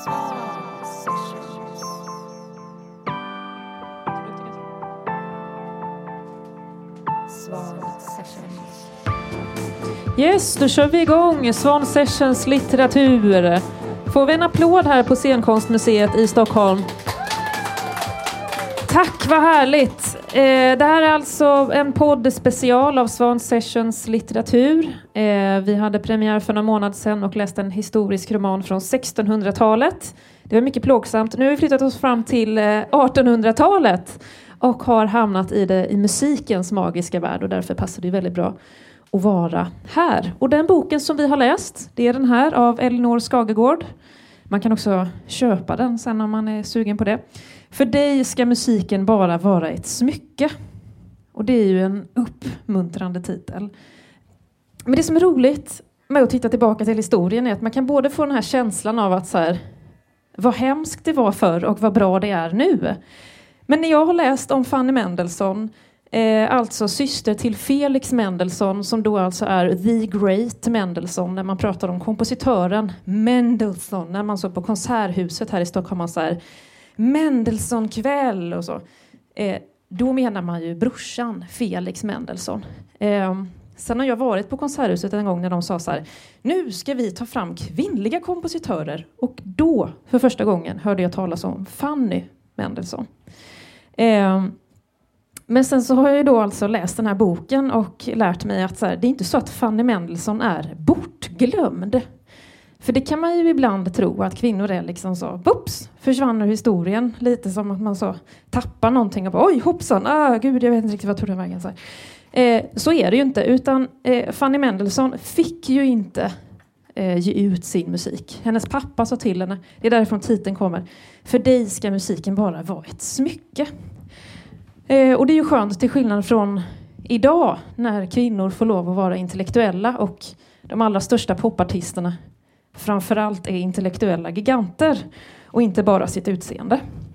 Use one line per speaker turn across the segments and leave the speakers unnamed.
Yes, då kör vi igång Swan Sessions litteratur. Får vi en applåd här på Scenkonstmuseet i Stockholm? Tack, vad härligt. Det här är alltså en poddspecial av Swan Sessions litteratur. Vi hade premiär för några månader sedan och läste en historisk roman från 1600-talet. Det var mycket plågsamt. Nu har vi flyttat oss fram till 1800-talet och har hamnat i musikens magiska värld, och därför passar det väldigt bra att vara här. Och den boken som vi har läst, det är den här av Elinor Skagegård. Man kan också köpa den sen om man är sugen på det. För dig ska musiken bara vara ett smycke. Och det är ju en uppmuntrande titel. Men det som är roligt med att titta tillbaka till historien är att man kan både få den här känslan av att så här, vad hemskt det var förr och vad bra det är nu. Men när jag har läst om Fanny Mendelssohn, alltså syster till Felix Mendelssohn, som då alltså är The Great Mendelssohn, när man pratar om kompositören Mendelssohn, när man så på Konserthuset här i Stockholm, man så här, Mendelssohn kväll och så. Då menar man ju brorsan Felix Mendelssohn. Sen har jag varit på Konserthuset en gång när de sa så här, nu ska vi ta fram kvinnliga kompositörer. Och då, för första gången, hörde jag talas om Fanny Mendelssohn. Men sen så har jag ju då alltså läst den här boken och lärt mig att så här, det är inte så att Fanny Mendelssohn är bortglömd. För det kan man ju ibland tro, att kvinnor är liksom så, boops, försvann ur historien. Lite som att man så tappar någonting och bara, oj hoppsan, gud jag vet inte riktigt vad jag tog den vägen. Så är det ju inte, utan Fanny Mendelssohn fick ju inte ge ut sin musik. Hennes pappa sa till henne, det är därifrån titeln kommer, för dig ska musiken bara vara ett smycke. Och det är ju skönt, till skillnad från idag när kvinnor får lov att vara intellektuella och de allra största popartisterna framförallt är intellektuella giganter och inte bara sitt utseende.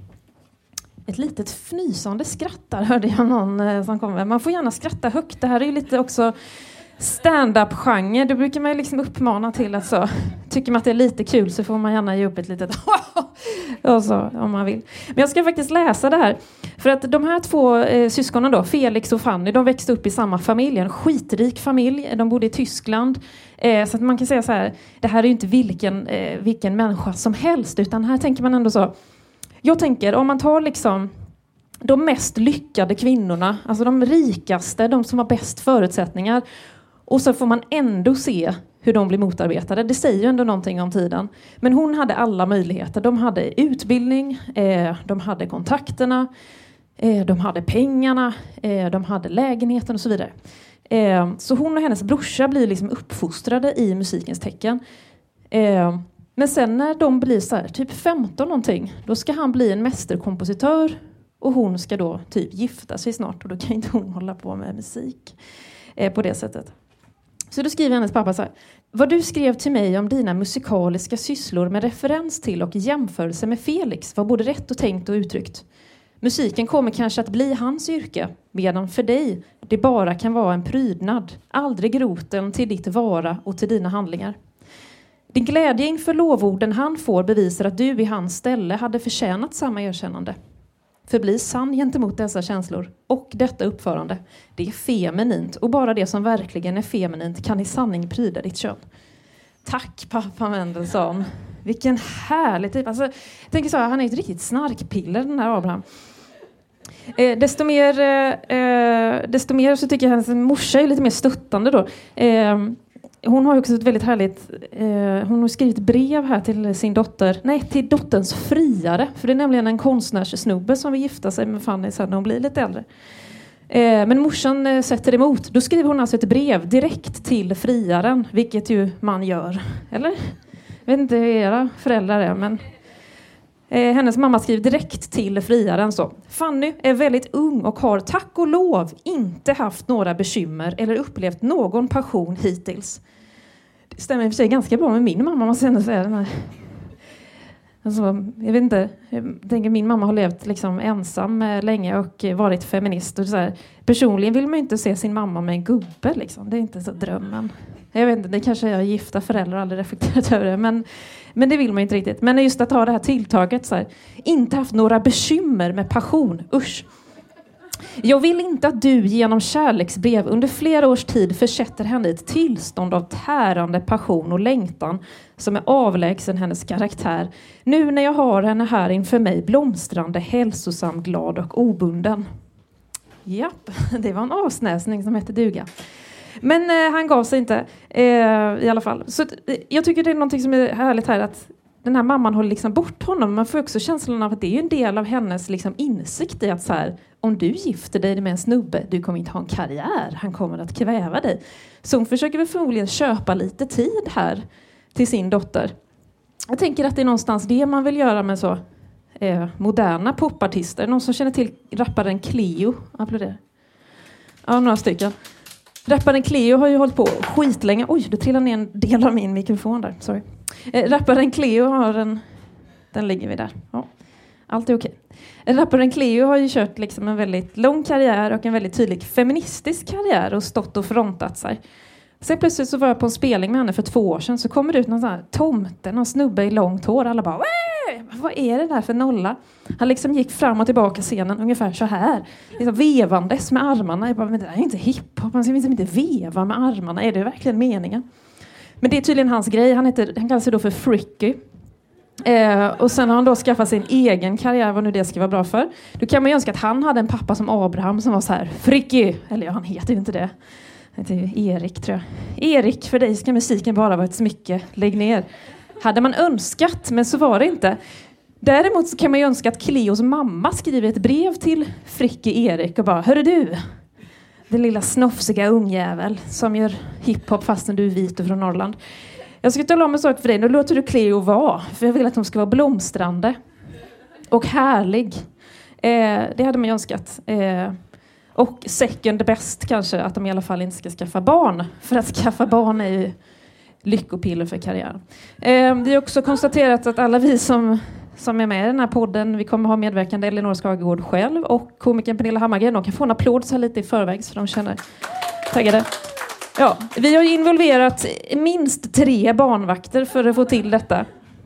Ett litet fnysande skratt där hörde jag någon som kom med. Man får gärna skratta högt. Det här är ju lite också stand-up-genre. Då brukar man ju liksom uppmana till att så, tycker man att det är lite kul så får man gärna ge upp ett litet och så, om man vill. Men jag ska faktiskt läsa det här. För att de här två syskonen då, Felix och Fanny, de växte upp i samma familj. En skitrik familj. De bodde i Tyskland. Så att man kan säga så här, det här är ju inte vilken människa som helst. Utan här tänker man ändå så. Jag tänker, om man tar liksom de mest lyckade kvinnorna, alltså de rikaste, de som har bäst förutsättningar, och så får man ändå se hur de blir motarbetade. Det säger ju ändå någonting om tiden. Men hon hade alla möjligheter. De hade utbildning, de hade kontakterna, de hade pengarna, de hade lägenheten och så vidare. Så hon och hennes brorsa blir liksom uppfostrade i musikens tecken. Men sen när de blir så här, typ 15 någonting, då ska han bli en mästerkompositör och hon ska då typ gifta sig snart, och då kan inte hon hålla på med musik på det sättet. Så då skriver hennes pappa så här: vad du skrev till mig om dina musikaliska sysslor med referens till och jämförelse med Felix var både rätt och tänkt och uttryckt. Musiken kommer kanske att bli hans yrke, medan för dig det bara kan vara en prydnad, aldrig roten till ditt vara och till dina handlingar. Din glädje inför lovorden han får bevisar att du i hans ställe hade förtjänat samma erkännande. Förbli sann gentemot dessa känslor och detta uppförande. Det är feminint, och bara det som verkligen är feminint kan i sanning pryda ditt kön. Tack pappa Mendelssohn. Vilken härlig typ. Alltså, jag tänker så här, han är ett riktigt snarkpiller den här Abraham. Desto mer så tycker jag att hennes morsa är lite mer stöttande då. Hon har ju också ett väldigt härligt, hon har skrivit brev här till sin dotter, nej till dotterns friare, för det är nämligen en konstnärssnubbe som vill gifta sig med Fanny sen när hon blir lite äldre. Men morsan sätter emot. Då skriver hon alltså ett brev direkt till friaren, vilket ju man gör, eller? Jag vet inte hur era föräldrar är, men hennes mamma skriver direkt till friaren så: Fanny är väldigt ung och har tack och lov inte haft några bekymmer eller upplevt någon passion hittills. Det stämmer i och för sig ganska bra med min mamma, måste jag ändå säga. Den här. Alltså, jag vet inte, jag tänker min mamma har levt liksom ensam länge och varit feminist. Och så här, personligen vill man ju inte se sin mamma med en gubbe. Liksom. Det är inte så drömmen. Jag vet inte, det kanske är gifta föräldrar och aldrig reflekterat över det. Men det vill man inte riktigt. Men just att ha det här tilltaget så här, inte haft några bekymmer med passion. Usch. Jag vill inte att du genom kärleksbrev under flera års tid försätter henne i ett tillstånd av tärande passion och längtan som är avlägsen hennes karaktär. Nu när jag har henne här inför mig blomstrande, hälsosam, glad och obunden. Japp, det var en avsnäsning som hette duga. Men han gav sig inte i alla fall. Så jag tycker det är någonting som är härligt här, att den här mamman håller liksom bort honom. Man får också känslan av att det är en del av hennes liksom insikt i att så här, om du gifter dig med en snubbe, du kommer inte ha en karriär. Han kommer att kväva dig. Så hon försöker väl förmodligen köpa lite tid här till sin dotter. Jag tänker att det är någonstans det man vill göra med så moderna popartister. Någon som känner till rapparen Cleo? Applåderar. Ja, några stycken. Rapparen Cleo har ju hållit på skitlänge. Oj, det trillar ner en del av min mikrofon där. Sorry. Rapparen Cleo har den ligger vi där. Ja, allt är okej. Rapparen Cleo har ju kört liksom en väldigt lång karriär och en väldigt tydlig feministisk karriär och stått och frontat sig. Sen plötsligt så var jag på en spelning med henne för 2 år sedan, så kommer det ut någon sån här tomte, någon snubbe i långt hår. Alla bara, vad är det där för nolla? Han liksom gick fram och tillbaka scenen ungefär så här. Liksom vevandes med armarna. Jag bara, men det är inte hiphop. Man ska inte veva med armarna. Är det verkligen meningen? Men det är tydligen hans grej. Han kallar sig då för Fricky. Och sen har han då skaffat sin egen karriär, vad nu det ska vara bra för. Då kan man ju önska att han hade en pappa som Abraham som var så här, Fricky. Eller ja, han heter ju inte det. Det är ju Erik, tror jag. Erik, för dig ska musiken bara vara ett smycke. Lägg ner. Hade man önskat, men så var det inte. Däremot så kan man ju önska att Cleos mamma skriver ett brev till Fricky Erik och bara, hörru du, den lilla snofsiga ungjävel som gör hiphop fastän du är vit och från Norrland. Jag ska tala om en sak för dig. Nu låter du Cleo vara, för jag vill att hon ska vara blomstrande och härlig. Det hade man ju önskat. Och second best kanske, att de i alla fall inte ska skaffa barn. För att skaffa barn är ju lyckopiller för karriären. Vi har också konstaterat att alla vi som är med i den här podden, vi kommer ha medverkande Elinor Skagegård själv och komikern Pernilla Hammargren. De kan få en applåd så här lite i förväg så de känner taggade. Ja, vi har involverat minst 3 barnvakter för att få till detta.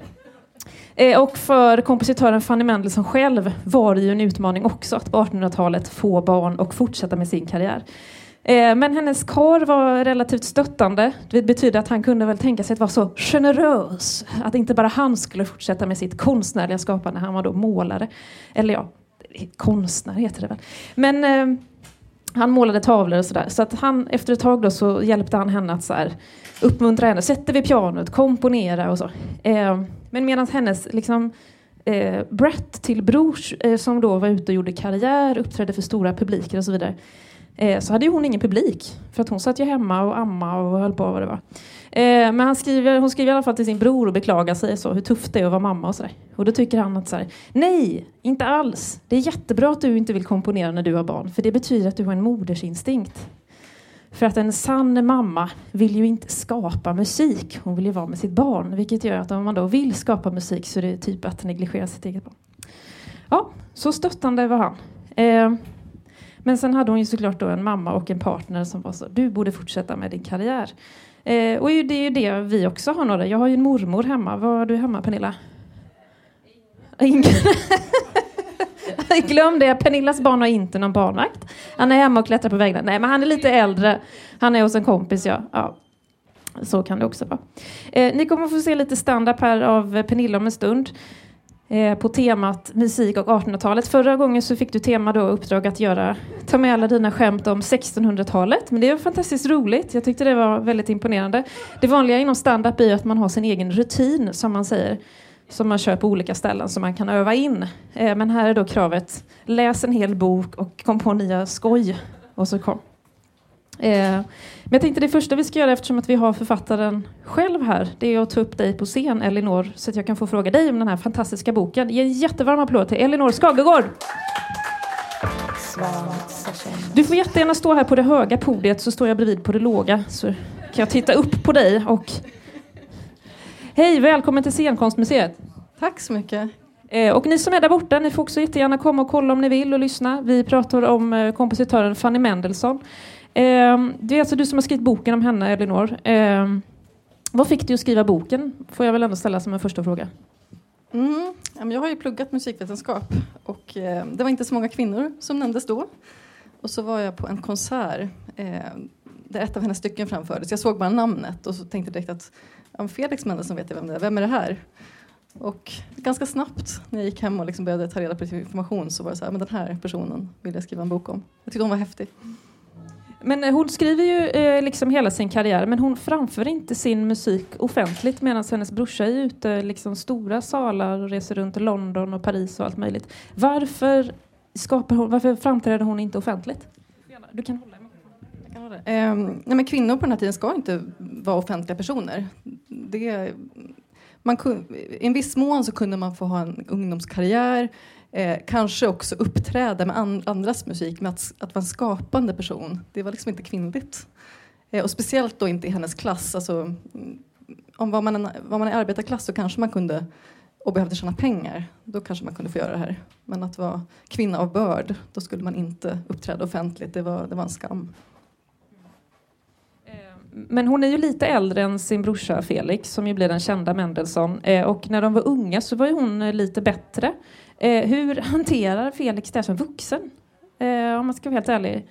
Och för kompositören Fanny Mendelssohn själv var det ju en utmaning också att på 1800-talet få barn och fortsätta med sin karriär. Men hennes karl var relativt stöttande. Det betyder att han kunde väl tänka sig att vara så generös. Att inte bara han skulle fortsätta med sitt konstnärliga skapande. Han var då målare. Eller ja, konstnär heter det väl. Men han målade tavlor och sådär. Så att han, efter ett tag då så hjälpte han henne att så här, uppmuntra henne. Sätter vid pianot, komponera och så. Men medan hennes liksom, Brett till brors som då var ute och gjorde karriär, uppträdde för stora publiker och så vidare. Så hade ju hon ingen publik. För att hon satt ju hemma och amma och höll på vad det var. Men hon skriver i alla fall till sin bror och beklagar sig så hur tufft det är att vara mamma och sådär. Och då tycker han att så här, nej, inte alls. Det är jättebra att du inte vill komponera när du har barn. För det betyder att du har en modersinstinkt. För att en sann mamma vill ju inte skapa musik. Hon vill ju vara med sitt barn. Vilket gör att om man då vill skapa musik så är det typ att negligera sitt eget barn. Ja, så stöttande var han. Men sen hade hon ju såklart då en mamma och en partner som var så, du borde fortsätta med din karriär. Och det är ju det vi också har några. Jag har ju en mormor hemma. Var har du hemma, Pernilla? Glöm det. Pernillas barn har inte någon barnvakt. Han är hemma och klättrar på väggarna. Nej, men han är lite äldre. Han är hos en kompis, ja. Så kan det också vara. Ni kommer att få se lite stand-up här av Pernilla om en stund. På temat musik och 1800-talet. Förra gången så fick du tema då uppdrag att ta med alla dina skämt om 1600-talet. Men det var fantastiskt roligt. Jag tyckte det var väldigt imponerande. Det vanliga inom stand-up är att man har sin egen rutin, som man säger. Som man kör på olika ställen som man kan öva in. Men här är då kravet. Läs en hel bok och kom på nya skoj. Och så kom. Men jag tänkte det första vi ska göra, eftersom att vi har författaren själv här, det är att ta upp dig på scen, Elinor, så att jag kan få fråga dig om den här fantastiska boken. Ge en jättevarm applåd till Elinor Skagegård. Du får jättegärna stå här på det höga podiet, så står jag bredvid på det låga, så kan jag titta upp på dig. Och hej, välkommen till Scenkonstmuseet.
Tack så mycket.
Och ni som är där borta, ni får också jättegärna komma och kolla om ni vill och lyssna. Vi pratar om kompositören Fanny Mendelssohn. Det är alltså du som har skrivit boken om henne, Elinor. Vad fick du att skriva boken? Får jag väl ändå ställa som en första fråga.
Jag har ju pluggat musikvetenskap och det var inte så många kvinnor som nämndes då. Och så var jag på en konsert där ett av hennes stycken framfördes. Jag såg bara namnet och så tänkte direkt att Felix Mendelssohn vet jag vem det är. Vem är det här? Och ganska snabbt när jag gick hem och liksom började ta reda på information så var det så här, men den här personen vill jag skriva en bok om. Jag tyckte hon var häftig.
Men hon skriver ju liksom hela sin karriär, men hon framför inte sin musik offentligt medan hennes brorsa är ute liksom stora salar och reser runt i London och Paris och allt möjligt. Varför framträder hon inte offentligt? Du kan hålla
men kvinnor på den här tiden ska inte vara offentliga personer. I en viss mån så kunde man få ha en ungdomskarriär, kanske också uppträda med andras musik, med att vara en skapande person. Det var liksom inte kvinnligt. Och speciellt då inte i hennes klass. Alltså, om var man i arbetarklass så kanske man kunde och behövde tjäna pengar. Då kanske man kunde få göra det här. Men att vara kvinna av börd, då skulle man inte uppträda offentligt. Det var en skam.
Men hon är ju lite äldre än sin brorsa Felix, som ju blir den kända Mendelssohn. Och när de var unga så var ju hon lite bättre. Hur hanterar Felix det som vuxen? Om man ska vara helt ärlig.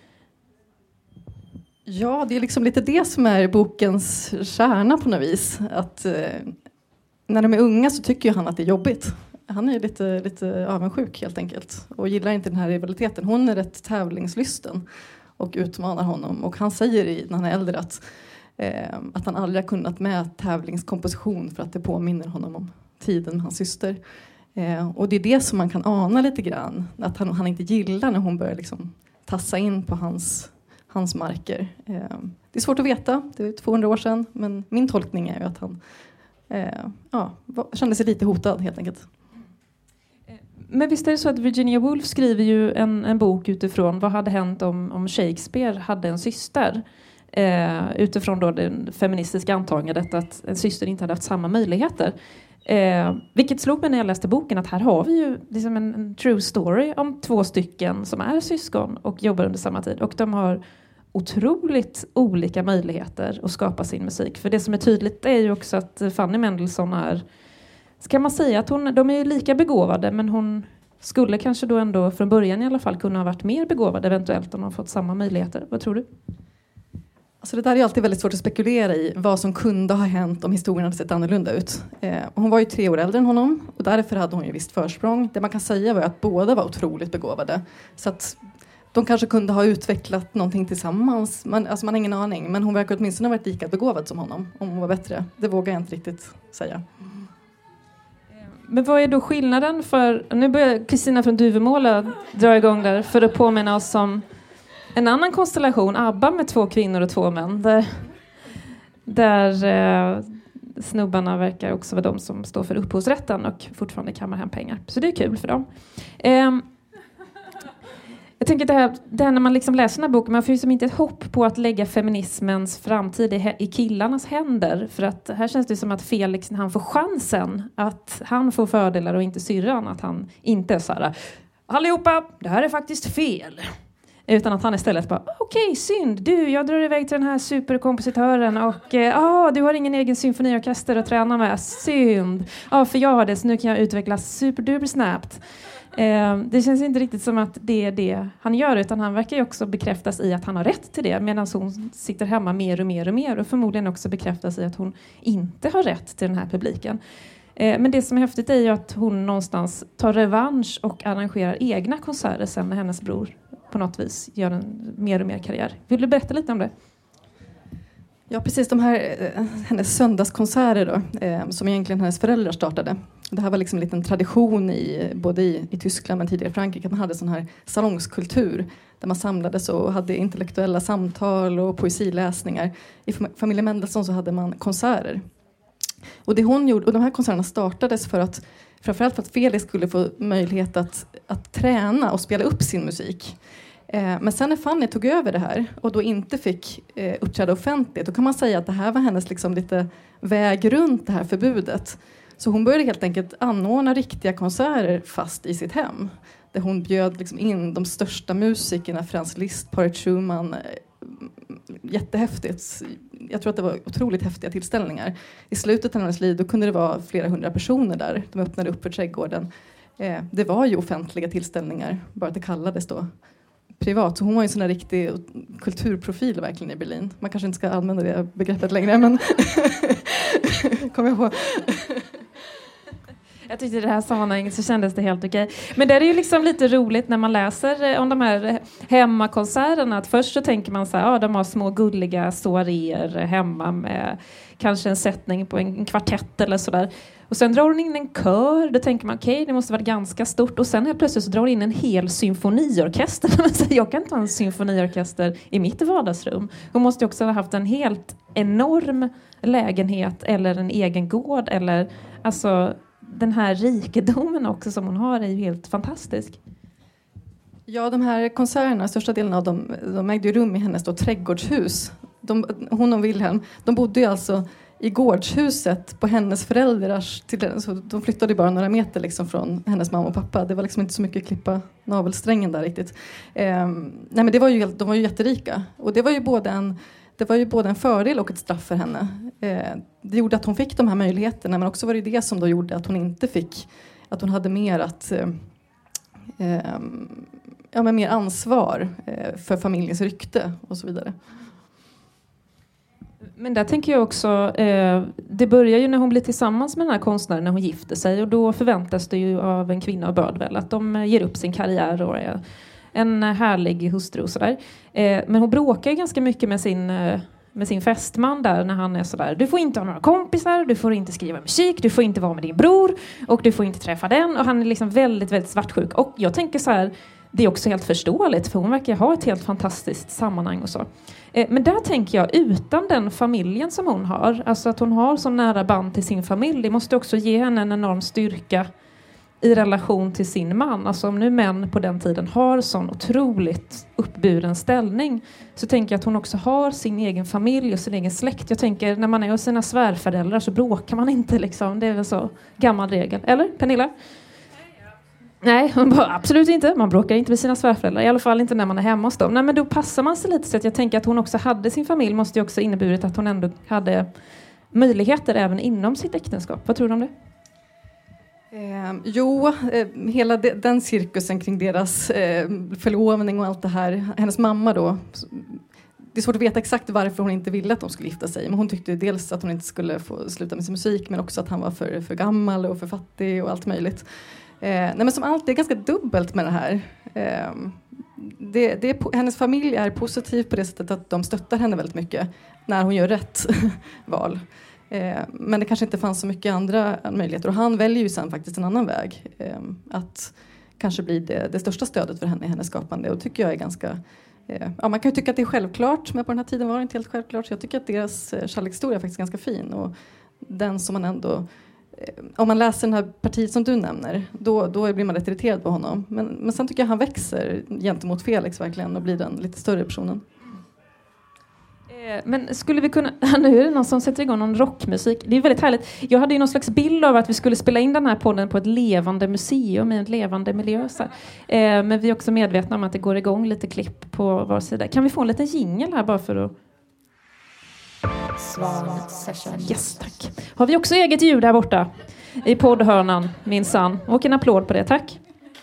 Ja, det är liksom lite det som är bokens kärna på något vis. Att när de är unga så tycker ju han att det är jobbigt. Han är lite avundsjuk helt enkelt. Och gillar inte den här rivaliteten. Hon är rätt tävlingslysten och utmanar honom. Och han säger när han är äldre att han aldrig har kunnat med tävlingskomposition för att det påminner honom om tiden med hans syster. Och det är det som man kan ana lite grann. Att han inte gillar när hon börjar liksom tassa in på hans marker. Det är svårt att veta, det är 200 år sedan. Men min tolkning är ju att han kände sig lite hotad helt enkelt.
Men visst är det så att Virginia Woolf skriver ju en bok utifrån vad hade hänt om Shakespeare hade en syster. Utifrån då det feministiska antagandet att en syster inte hade haft samma möjligheter. Vilket slog mig när jag läste boken att här har vi ju liksom en true story om 2 stycken som är syskon och jobbar under samma tid. Och de har otroligt olika möjligheter att skapa sin musik. För det som är tydligt är ju också att Fanny Mendelssohn är, ska man säga att de är ju lika begåvade, men hon skulle kanske då ändå från början i alla fall kunna ha varit mer begåvad eventuellt om de fått samma möjligheter. Vad tror du?
Alltså det där är alltid väldigt svårt att spekulera i vad som kunde ha hänt om historien hade sett annorlunda ut. Hon var ju 3 år äldre än honom och därför hade hon ju visst försprång. Det man kan säga var att båda var otroligt begåvade. Så att de kanske kunde ha utvecklat någonting tillsammans. Man har ingen aning. Men hon verkar åtminstone ha varit lika begåvad som honom. Om hon var bättre. Det vågar jag inte riktigt säga.
Men vad är då skillnaden för... Nu börjar Kristina från Duvemåla dra igång där för att påminna oss om en annan konstellation. ABBA med 2 kvinnor och 2 män. Där snubbarna verkar också vara de som står för upphovsrätten och fortfarande kammar hem pengar. Så det är kul för dem. Jag tänker det här när man liksom läser den här boken, man får ju som inte ett hopp på att lägga feminismens framtid i killarnas händer. För att här känns det som att Felix, när han får chansen, att han får fördelar och inte syrran, att han inte är så här: allihopa, det här är faktiskt fel. Utan att han istället bara, okej, synd, jag drar iväg till den här superkompositören och du har ingen egen symfoniorkester att träna med, synd. För jag har det, så nu kan jag utvecklas superduper snabbt. Det känns inte riktigt som att det är det han gör, utan han verkar ju också bekräftas i att han har rätt till det, medan hon sitter hemma mer och mer och mer och förmodligen också bekräftas i att hon inte har rätt till den här publiken. Men det som är häftigt är ju att hon någonstans tar revansch och arrangerar egna konserter sen när hennes bror på något vis gör en mer och mer karriär. Vill du berätta lite om det?
Ja, precis. De här hennes söndagskonserter då, som egentligen hennes föräldrar startade. Det här var liksom en liten tradition både i Tyskland men tidigare i Frankrike. Att man hade sån här salongskultur där man samlades och hade intellektuella samtal och poesiläsningar. I familjen Mendelssohn så hade man konserter. Och det hon gjorde, och de här konserterna startades framförallt för att Felix skulle få möjlighet att träna och spela upp sin musik. Men sen när Fanny tog över det här och då inte fick uppträda offentligt, då kan man säga att det här var hennes liksom lite väg runt det här förbudet. Så hon började helt enkelt anordna riktiga konserter fast i sitt hem. Där hon bjöd liksom in de största musikerna, Franz Liszt, Paul Schumann, jättehäftigt. Jag tror att det var otroligt häftiga tillställningar. I slutet av hennes liv då kunde det vara flera hundra personer där. De öppnade upp för trädgården. Det var ju offentliga tillställningar, bara att det kallades då privat. Så hon var ju en sån där riktig kulturprofil verkligen i Berlin. Man kanske inte ska använda det begreppet längre, men kommer jag på.
Jag tyckte i det här sammanhanget så kändes det helt okej. Men det är ju liksom lite roligt när man läser om de här hemmakonserterna. Att först så tänker man så här, de har små gulliga soaréer hemma med kanske en sättning på en kvartett eller sådär. Och sen drar hon in en kör. Då tänker man okej, det måste vara ganska stort. Och sen helt plötsligt så drar hon in en hel symfoniorkester. Jag kan inte ha en symfoniorkester i mitt vardagsrum. Hon måste också ha haft en helt enorm lägenhet eller en egen gård. Eller alltså den här rikedomen också som hon har är ju helt fantastisk.
Ja, de här konserterna, största delen av dem, de ägde ju rum i hennes då trädgårdshus. Hon och Wilhelm, de bodde ju alltså i gårdshuset på hennes föräldrars. Så de flyttade bara några meter liksom från hennes mamma och pappa. Det var liksom inte så mycket klippa navelsträngen där riktigt. Nej, men de var ju jätterika. Och det var ju både en fördel och ett straff för henne. Det gjorde att hon fick de här möjligheterna, men också var det som då gjorde att hon inte fick, att hon hade mer mer ansvar för familjens rykte och så vidare.
Men där tänker jag också, det börjar ju när hon blir tillsammans med den här konstnären när hon gifter sig, och då förväntas det ju av en kvinna och börd väl att de ger upp sin karriär och är en härlig hustru och sådär. Men hon bråkar ju ganska mycket med sin fästman där när han är sådär, du får inte ha några kompisar, du får inte skriva musik, du får inte vara med din bror och du får inte träffa den, och han är liksom väldigt, väldigt svartsjuk. Och jag tänker så här, det är också helt förståeligt för hon verkar ha ett helt fantastiskt sammanhang och så. Men där tänker jag, utan den familjen som hon har, alltså att hon har så nära band till sin familj, det måste också ge henne en enorm styrka i relation till sin man. Alltså om nu män på den tiden har sån otroligt uppburen ställning, så tänker jag att hon också har sin egen familj och sin egen släkt. Jag tänker, när man är hos sina svärföräldrar så bråkar man inte liksom. Det är väl så gammal regel. Eller, Pernilla? Nej, absolut inte. Man bråkar inte med sina svärföräldrar. I alla fall inte när man är hemma hos dem. Nej, men då passar man sig lite. Så att jag tänker att hon också hade sin familj, måste ju också inneburit att hon ändå hade möjligheter även inom sitt äktenskap. Vad tror du om det?
Hela den cirkusen kring deras förlovning och allt det här. Hennes mamma då. Det är svårt att veta exakt varför hon inte ville att de skulle gifta sig. Men hon tyckte dels att hon inte skulle få sluta med sin musik, men också att han var för gammal och för fattig och allt möjligt. Men som allt, det är ganska dubbelt med det här. Hennes familj är positiv på det sättet att de stöttar henne väldigt mycket när hon gör rätt val. Men det kanske inte fanns så mycket andra möjligheter. Och han väljer ju sen faktiskt en annan väg. Att kanske bli det största stödet för henne i hennes skapande. Och tycker jag är ganska... man kan ju tycka att det är självklart, men på den här tiden var det inte helt självklart. Så jag tycker att deras kärlekshistoria är faktiskt ganska fin. Och den som man ändå... Om man läser den här partiet som du nämner, då blir man rätt irriterad på honom. Men sen tycker jag han växer gentemot Felix verkligen och blir den lite större personen.
Men skulle vi kunna... Nu är det någon som sätter igång någon rockmusik. Det är väldigt härligt. Jag hade ju någon slags bild av att vi skulle spela in den här podden på ett levande museum i en levande miljö. Men vi är också medvetna om att det går igång lite klipp på var sida. Kan vi få en liten jingle här bara för att... Yes, tack. Har vi också eget ljud där borta i poddhörnan, minsann. Och en applåd på det, tack.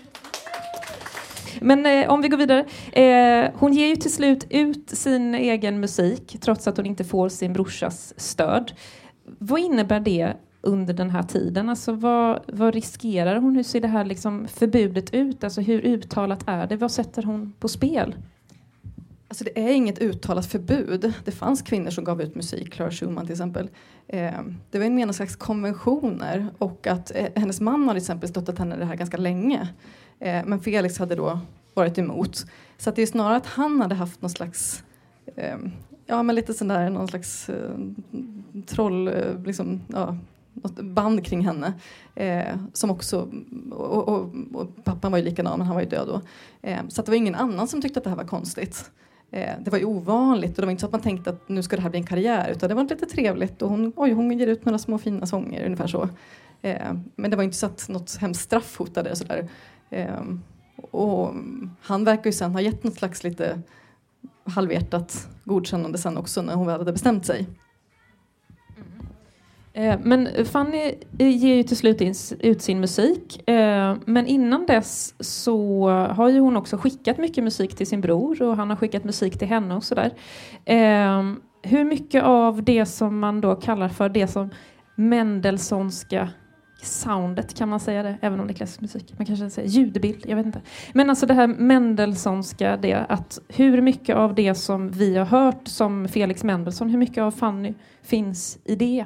Men om vi går vidare. Hon ger ju till slut ut sin egen musik trots att hon inte får sin brorsas stöd. Vad innebär det under den här tiden? Alltså vad riskerar hon? Hur ser det här liksom förbudet ut? Alltså hur uttalat är det? Vad sätter hon på spel?
Alltså det är inget uttalat förbud. Det fanns kvinnor som gav ut musik, Clara Schumann till exempel. Det var en slags konventioner, och att hennes man har till exempel stöttat henne det här ganska länge. Men Felix hade då varit emot. Så att det är snarare att han hade haft någon slags lite sån där, någon slags troll, något band kring henne. Som också, och pappan var ju likadan, men han var ju död då. Så att det var ingen annan som tyckte att det här var konstigt. Det var ju ovanligt, och det var inte så att man tänkte att nu ska det här bli en karriär, utan det var lite trevligt, och hon ger ut några små fina sånger, ungefär så. Men det var inte så att något hemskt straff hotade sådär. Och han verkar ju sen ha gett något slags lite halvhjärtat godkännande sen också när hon väl hade bestämt sig.
Men Fanny ger ju till slut ut sin musik. Men innan dess så har ju hon också skickat mycket musik till sin bror. Och han har skickat musik till henne och sådär. Hur mycket av det som man då kallar för det som Mendelssohnska soundet, kan man säga det? Även om det är klassisk musik. Man kanske säger ljudbild, jag vet inte. Men alltså det här Mendelssohnska, det att hur mycket av det som vi har hört som Felix Mendelssohn, hur mycket av Fanny finns i det?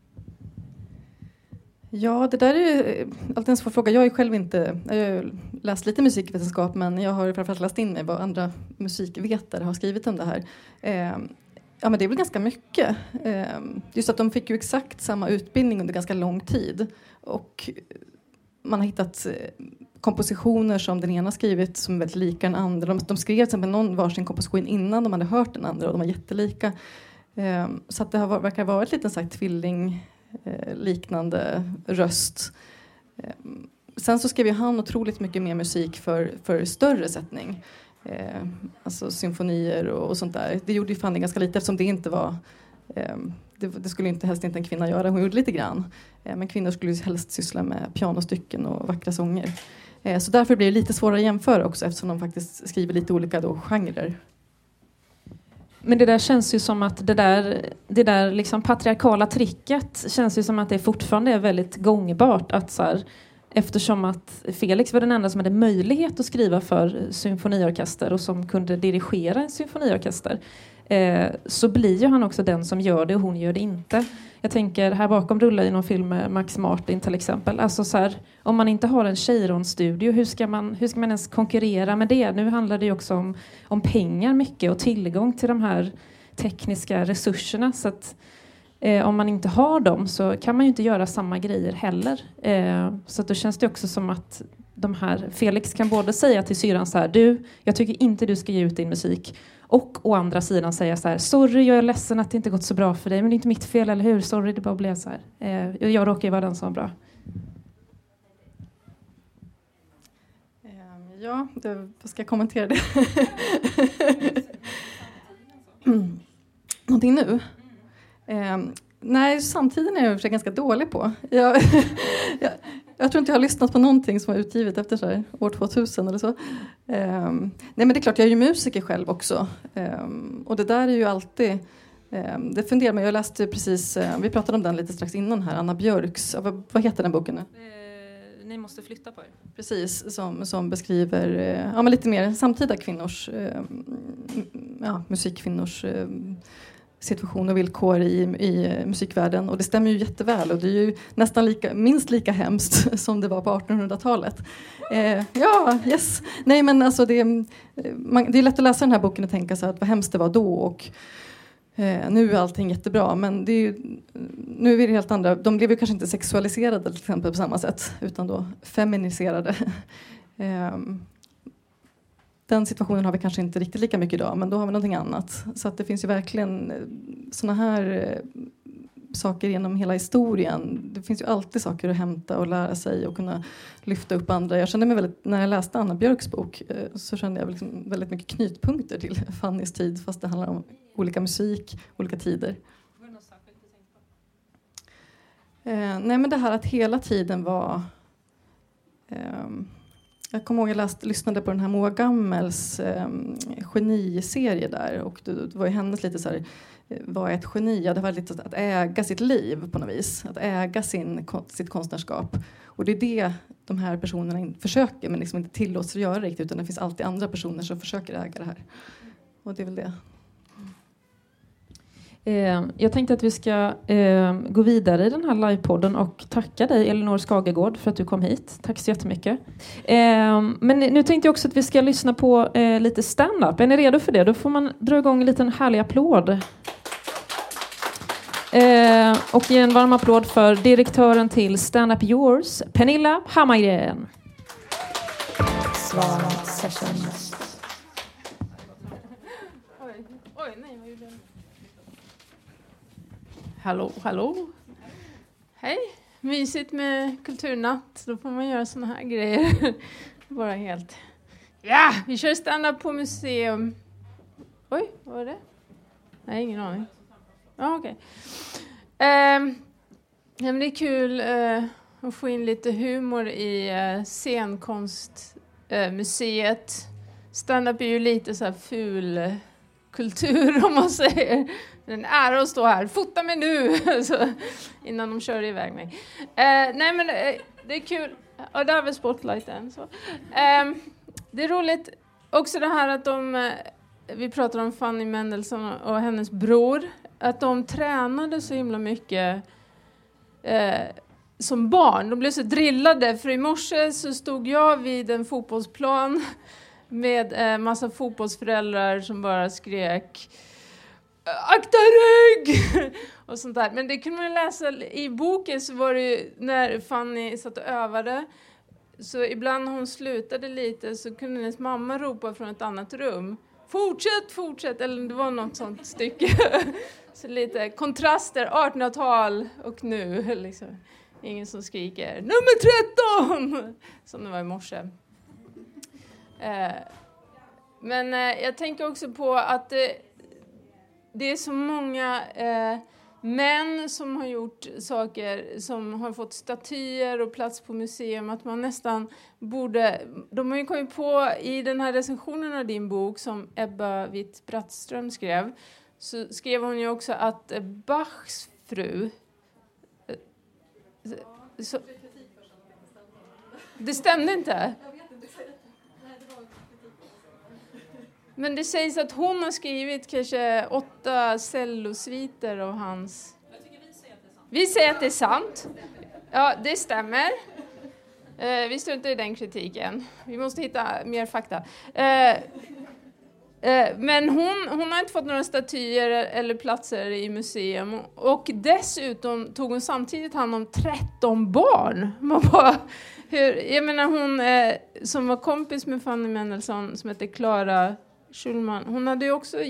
Ja, det där är alltid en svår fråga. Jag är själv inte... Jag har läst lite musikvetenskap, men jag har framförallt läst in mig vad andra musikvetare har skrivit om det här. Ja, men det är väl ganska mycket. Just att de fick ju exakt samma utbildning under ganska lång tid. Och man har hittat kompositioner som den ena skrivit som är väldigt lika den andra. De skrev till exempel någon varsin komposition innan de hade hört den andra och de var jättelika. Så att det verkar vara ett liten tvilling liknande röst. Sen så skrev ju han otroligt mycket mer musik för större sättning. Alltså symfonier och sånt där. Det gjorde ju Fanny ganska lite eftersom det inte var... Det skulle helst inte en kvinna göra. Hon gjorde lite grann. Men kvinnor skulle ju helst syssla med pianostycken och vackra sånger. Så därför blir det lite svårare att jämföra också eftersom de faktiskt skriver lite olika genrer.
Men det där känns ju som att det där liksom patriarkala tricket känns ju som att det fortfarande är väldigt gångbart. Att så här, eftersom att Felix var den enda som hade möjlighet att skriva för symfoniorkester och som kunde dirigera en symfoniorkester, så blir ju han också den som gör det och hon gör det inte. Jag tänker, här bakom rullar i någon film med Max Martin till exempel. Alltså så här, om man inte har en Cheiron-studio, hur ska man ens konkurrera med det? Nu handlar det ju också om pengar mycket och tillgång till de här tekniska resurserna. Så att om man inte har dem så kan man ju inte göra samma grejer heller. Så att då känns det också som att de här, Felix kan både säga till syran så här: jag tycker inte du ska ge ut din musik. Och å andra sidan säga så här: sorry, jag är ledsen att det inte gått så bra för dig. Men det är inte mitt fel, eller hur? Sorry, det bara blev så här. Jag råkar ju vara den som var bra.
Ja, vad ska jag kommentera det? Någonting nu? Nej, samtiden är jag ganska dålig på. Jag tror inte jag har lyssnat på någonting som var utgivet efter så här, år 2000 eller så. Nej, men det är klart, jag är ju musiker själv också. Och det där är ju alltid... det funderar man. Jag läste precis... vi pratade om den lite strax innan här. Anna Björks... vad heter den boken nu?
Ni måste flytta på er.
Precis, som beskriver men lite mer samtida kvinnors... musikkvinnors... situation och villkor i musikvärlden. Och det stämmer ju jätteväl. Och det är ju nästan minst lika hemskt som det var på 1800-talet. Yes. Nej, men alltså det är lätt att läsa den här boken och tänka så att vad hemskt det var då. Och nu är allting jättebra. Men det är ju, nu är det helt andra. De blev ju kanske inte sexualiserade till exempel på samma sätt. Utan då feminiserade. Den situationen har vi kanske inte riktigt lika mycket idag, men då har vi någonting annat. Så att det finns ju verkligen såna här saker genom hela historien. Det finns ju alltid saker att hämta och lära sig och kunna lyfta upp andra. Jag kände mig väldigt, när jag läste Anna Björks bok så kände jag liksom väldigt mycket knytpunkter till Fannys tid, fast det handlar om olika musik, olika tider. Nej, men det här att hela tiden var... jag kommer ihåg jag lyssnade på den här Moa Gammels geniserie där. Och det var ju hennes lite så här, vad är ett geni? Ja, det var lite att äga sitt liv på något vis. Att äga sitt konstnärskap. Och det är det de här personerna försöker, men liksom inte tillåts att göra riktigt. Utan det finns alltid andra personer som försöker äga det här. Och det är väl det.
Jag tänkte att vi ska gå vidare i den här livepodden och tacka dig, Elinor Skagegård, för att du kom hit. Tack så jättemycket. Men nu tänkte jag också att vi ska lyssna på lite stand-up. Är ni redo för det? Då får man dra igång en liten härlig applåd. Och ge en varm applåd för direktören till Stand Up Yours, Pernilla Hammargren.
Svan Sessions.
Oj, nej, vad gjorde jag? Hallå. Hej, mysigt med kulturnatt. Då får man göra såna här grejer. Bara helt... Ja, vi kör stand-up på museum. Oj. Vad var det? Nej, ingen aning. Ja, okej. Men det är kul att få in lite humor i scenkonstmuseet. Stand-up är ju lite så här ful kultur, om man säger. En ära att stå här. Fota mig nu! Så, innan de kör iväg mig. Nej, men det är kul. Ja, där har vi spotlighten. Så. Det är roligt också det här att vi pratar om Fanny Mendelssohn och hennes bror. Att de tränade så himla mycket som barn. De blev så drillade. För i morse så stod jag vid en fotbollsplan med massa fotbollsföräldrar som bara skrek akta rygg! Och sånt där. Men det kunde man läsa i boken, så var det ju när Fanny satt och övade. Så ibland när hon slutade lite så kunde hennes mamma ropa från ett annat rum. Fortsätt! Eller det var något sånt stycke. Så lite kontraster, 1800-tal och nu. Liksom. Ingen som skriker nummer 13! Som det var i morse. Men jag tänker också på att det är så många män som har gjort saker som har fått statyer och plats på museum, att man nästan borde... De har ju kommit på i den här recensionen av din bok som Ebba Witt-Brattström skrev, så skrev hon ju också att Bachs fru... det stämde inte? Men det sägs att hon har skrivit kanske 8 cellosviter av hans... Jag tycker vi säger att det är sant. Ja, det stämmer. Vi struntar i den kritiken. Vi måste hitta mer fakta. Men hon har inte fått några statyer eller platser i museum. Och dessutom tog hon samtidigt hand om 13 barn. Man bara, jag menar hon som var kompis med Fanny Mendelssohn, som heter Clara Schulman. Hon hade ju också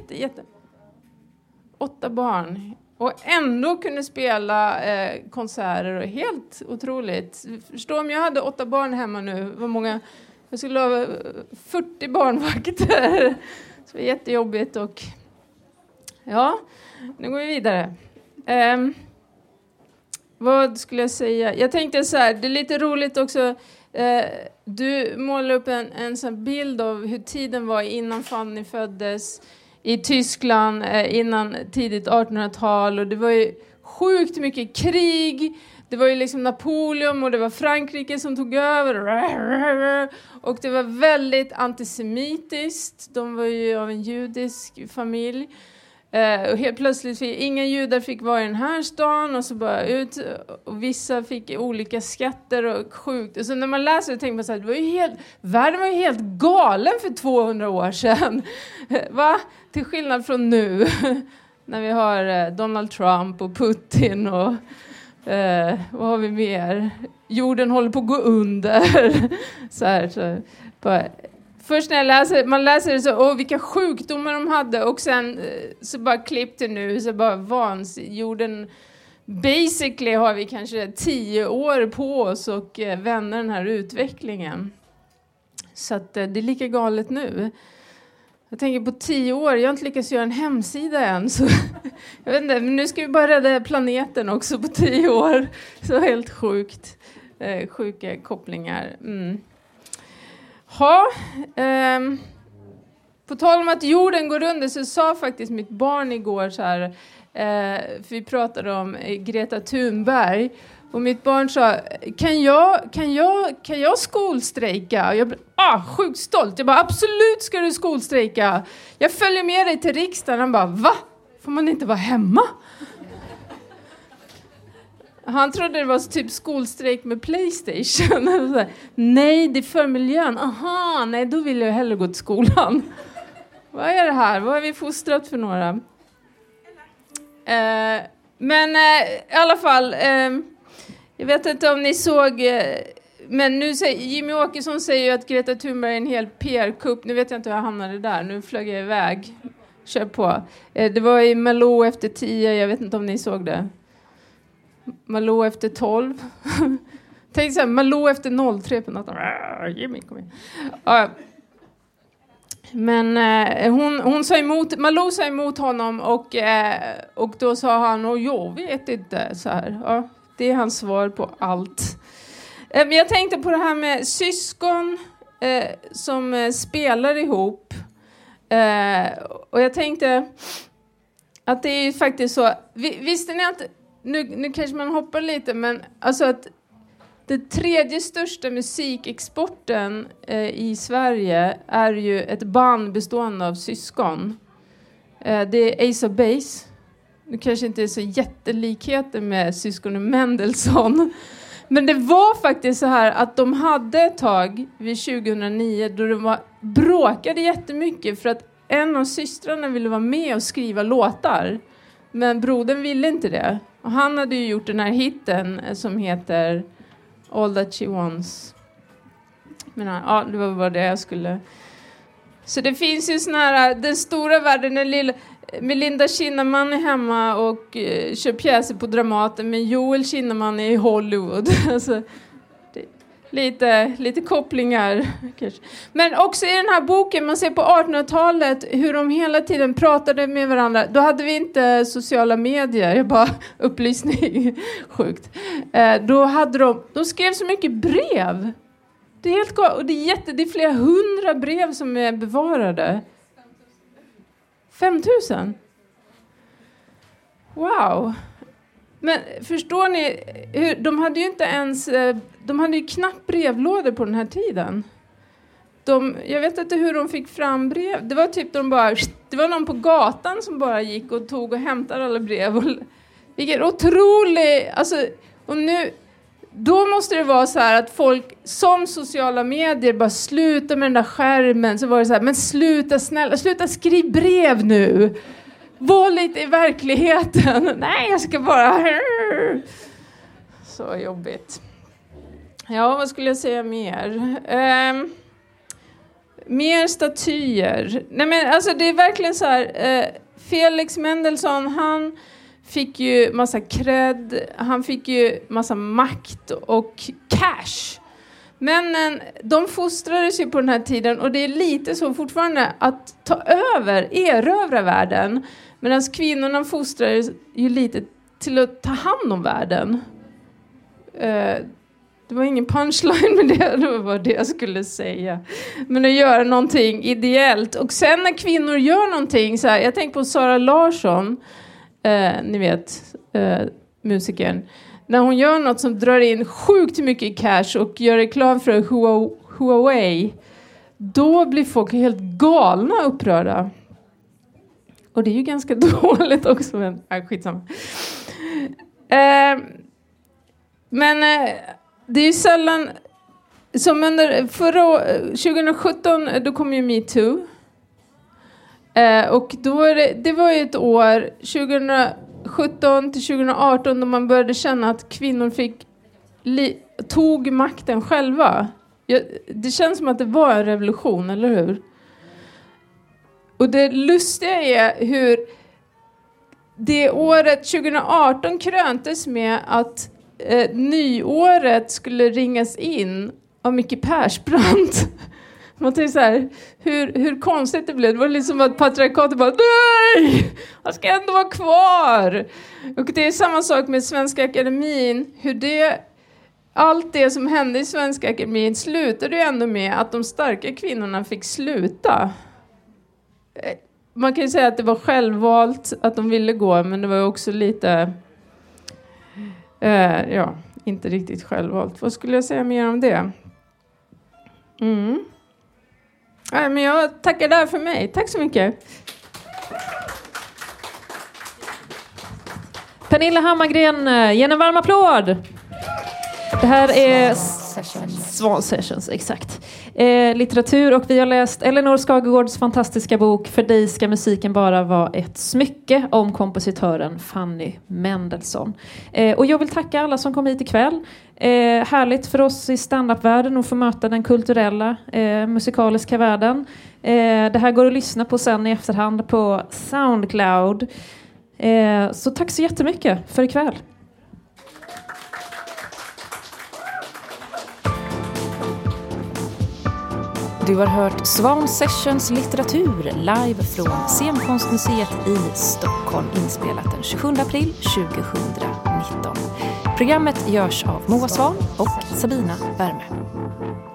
8 barn. Och ändå kunde spela konserter. Och helt otroligt. Förstå om jag hade 8 barn hemma nu. Vad många... Jag skulle ha 40 barnvakter. Så det var jättejobbigt. Och ja, nu går vi vidare. Vad skulle jag säga? Jag tänkte så här, det är lite roligt också. Du målar upp en sån bild av hur tiden var innan Fanny föddes i Tyskland, innan tidigt 1800-tal. Och det var ju sjukt mycket krig. Det var ju liksom Napoleon och det var Frankrike som tog över. Och det var väldigt antisemitiskt. De var ju av en judisk familj. Och helt plötsligt inga judar fick vara i den här stan och så bara ut, och vissa fick olika skatter och sjukt. Och så när man läser det tänker man så här, det var ju världen var ju helt galen för 200 år sedan. Va? Till skillnad från nu när vi har Donald Trump och Putin och vad har vi mer? Jorden håller på att gå under. så bara, först när man läser det så, vilka sjukdomar de hade, och sen så bara klipp det nu, så bara jorden, basically har vi kanske 10 år på oss och vända den här utvecklingen. Så att det är lika galet nu. Jag tänker på 10 år, jag har inte lyckats göra en hemsida än, så jag vet inte, men nu ska vi bara rädda planeten också på 10 år. Så helt sjukt, sjuka kopplingar. På tal om att jorden går under, så sa faktiskt mitt barn igår så här, för vi pratade om Greta Thunberg, och mitt barn sa, kan jag skolstrejka? Jag blev sjukt stolt. Jag bara, absolut ska du skolstrejka. Jag följer med dig till riksdagen. Han bara, va? Får man inte vara hemma? Han trodde det var typ skolstrejk med PlayStation. Nej, det är för miljön. Aha, nej, då vill jag hellre gå till skolan. Vad är det här? Vad har vi fostrat för några? Men i alla fall, jag vet inte om ni såg, men nu säger Jimmy Åkesson säger ju att Greta Thunberg är en hel PR-kupp. Nu vet jag inte hur jag hamnade där. Nu flög jag iväg. Kör på. Det var i Malou efter 10. Jag vet inte om ni såg det. Malou efter 12. Tänk så här, Malou efter 03 på natten. Jimmy, kom igen. Men Malou sa emot honom och då sa han, jag vet inte, så här. Ja, det är hans svar på allt. Men jag tänkte på det här med syskon som spelar ihop. Och jag tänkte att det är ju faktiskt så. Visste ni att, nu kanske man hoppar lite, men alltså att det tredje största musikexporten i Sverige är ju ett band bestående av syskon. Det är Ace of Base. Det kanske inte är så jättelikheter med syskonen Mendelssohn. Men det var faktiskt så här att de hade ett tag vid 2009 då de bråkade jättemycket för att en av systrarna ville vara med och skriva låtar. Men brodern ville inte det. Och han hade ju gjort den här hitten som heter All That She Wants. Men ja, det var bara det jag skulle. Så det finns ju sån här, den stora världen, den lilla Melinda Kinnaman är hemma och kör pjäser på Dramaten, men Joel Kinnaman är i Hollywood. Alltså, lite kopplingar kanske. Men också i den här boken, man ser på 1800-talet hur de hela tiden pratade med varandra. Då hade vi inte sociala medier, jag bara upplysning, sjukt. Då hade de skrev så mycket brev. Det är helt galet. Och det är flera 100 brev som är bevarade. 5000? Wow. Men förstår ni, de hade ju inte ens, de hade ju knappt brevlådor på den här tiden. Jag vet inte hur de fick fram brev. Det var typ det var någon på gatan som bara gick och tog och hämtade alla brev. Vilken otrolig, alltså, och nu, då måste det vara så här att folk som sociala medier bara slutar med den där skärmen. Så var det så här, men sluta skriv brev nu. Var lite i verkligheten. Nej, jag ska bara. Så jobbigt. Ja, vad skulle jag säga mer? Mer statyer. Nej, men alltså det är verkligen så här. Felix Mendelssohn, han fick ju massa cred, han fick ju massa makt och cash. Männen, de fostrades ju på den här tiden, och det är lite så fortfarande att erövra världen. Medan kvinnorna fostrades ju lite till att ta hand om världen. Det var ingen punchline med det var det jag skulle säga. Men att göra någonting ideellt. Och sen när kvinnor gör någonting så här, jag tänker på Sara Larsson. Ni vet, musikern. När hon gör något som drar in sjukt mycket cash och gör reklam för Huawei, då blir folk helt galna upprörda. Och det är ju ganska dåligt också, men skitsamma. Men det är ju sällan, som under 2017, då kom ju MeToo. Och då det var ju ett år 2017 till 2018 då man började känna att kvinnor tog makten själva. Det känns som att det var en revolution, eller hur? Och det lustiga är hur det året 2018 kröntes med att nyåret skulle ringas in av Micke Persbrandt. Man tänker så här, hur konstigt det blev. Det var liksom att patriarkatet bara, nej! Jag ska ändå vara kvar! Och det är samma sak med Svenska Akademin. Allt det som hände i Svenska Akademin slutade ju ändå med att de starka kvinnorna fick sluta. Man kan ju säga att det var självvalt att de ville gå, men det var också lite inte riktigt självvalt. Vad skulle jag säga mer om det? Nej, men jag tackar där för mig. Tack så mycket.
Pernilla Hammargren, ge en varm applåd. Det här är Swan Sessions, exakt. Litteratur, och vi har läst Elinor Skagegårds fantastiska bok För dig ska musiken bara vara ett smycke, om kompositören Fanny Mendelssohn. Och jag vill tacka alla som kom hit ikväll. Härligt för oss i stand-up-världen att få möta den kulturella, musikaliska världen. Det här går att lyssna på sen i efterhand på Soundcloud. Så tack så jättemycket för ikväll. Du har hört Svan Sessions litteratur live från Scenkonstmuseet i Stockholm, inspelat den 27 april 2019. Programmet görs av Moa Svan och Sabina Värme.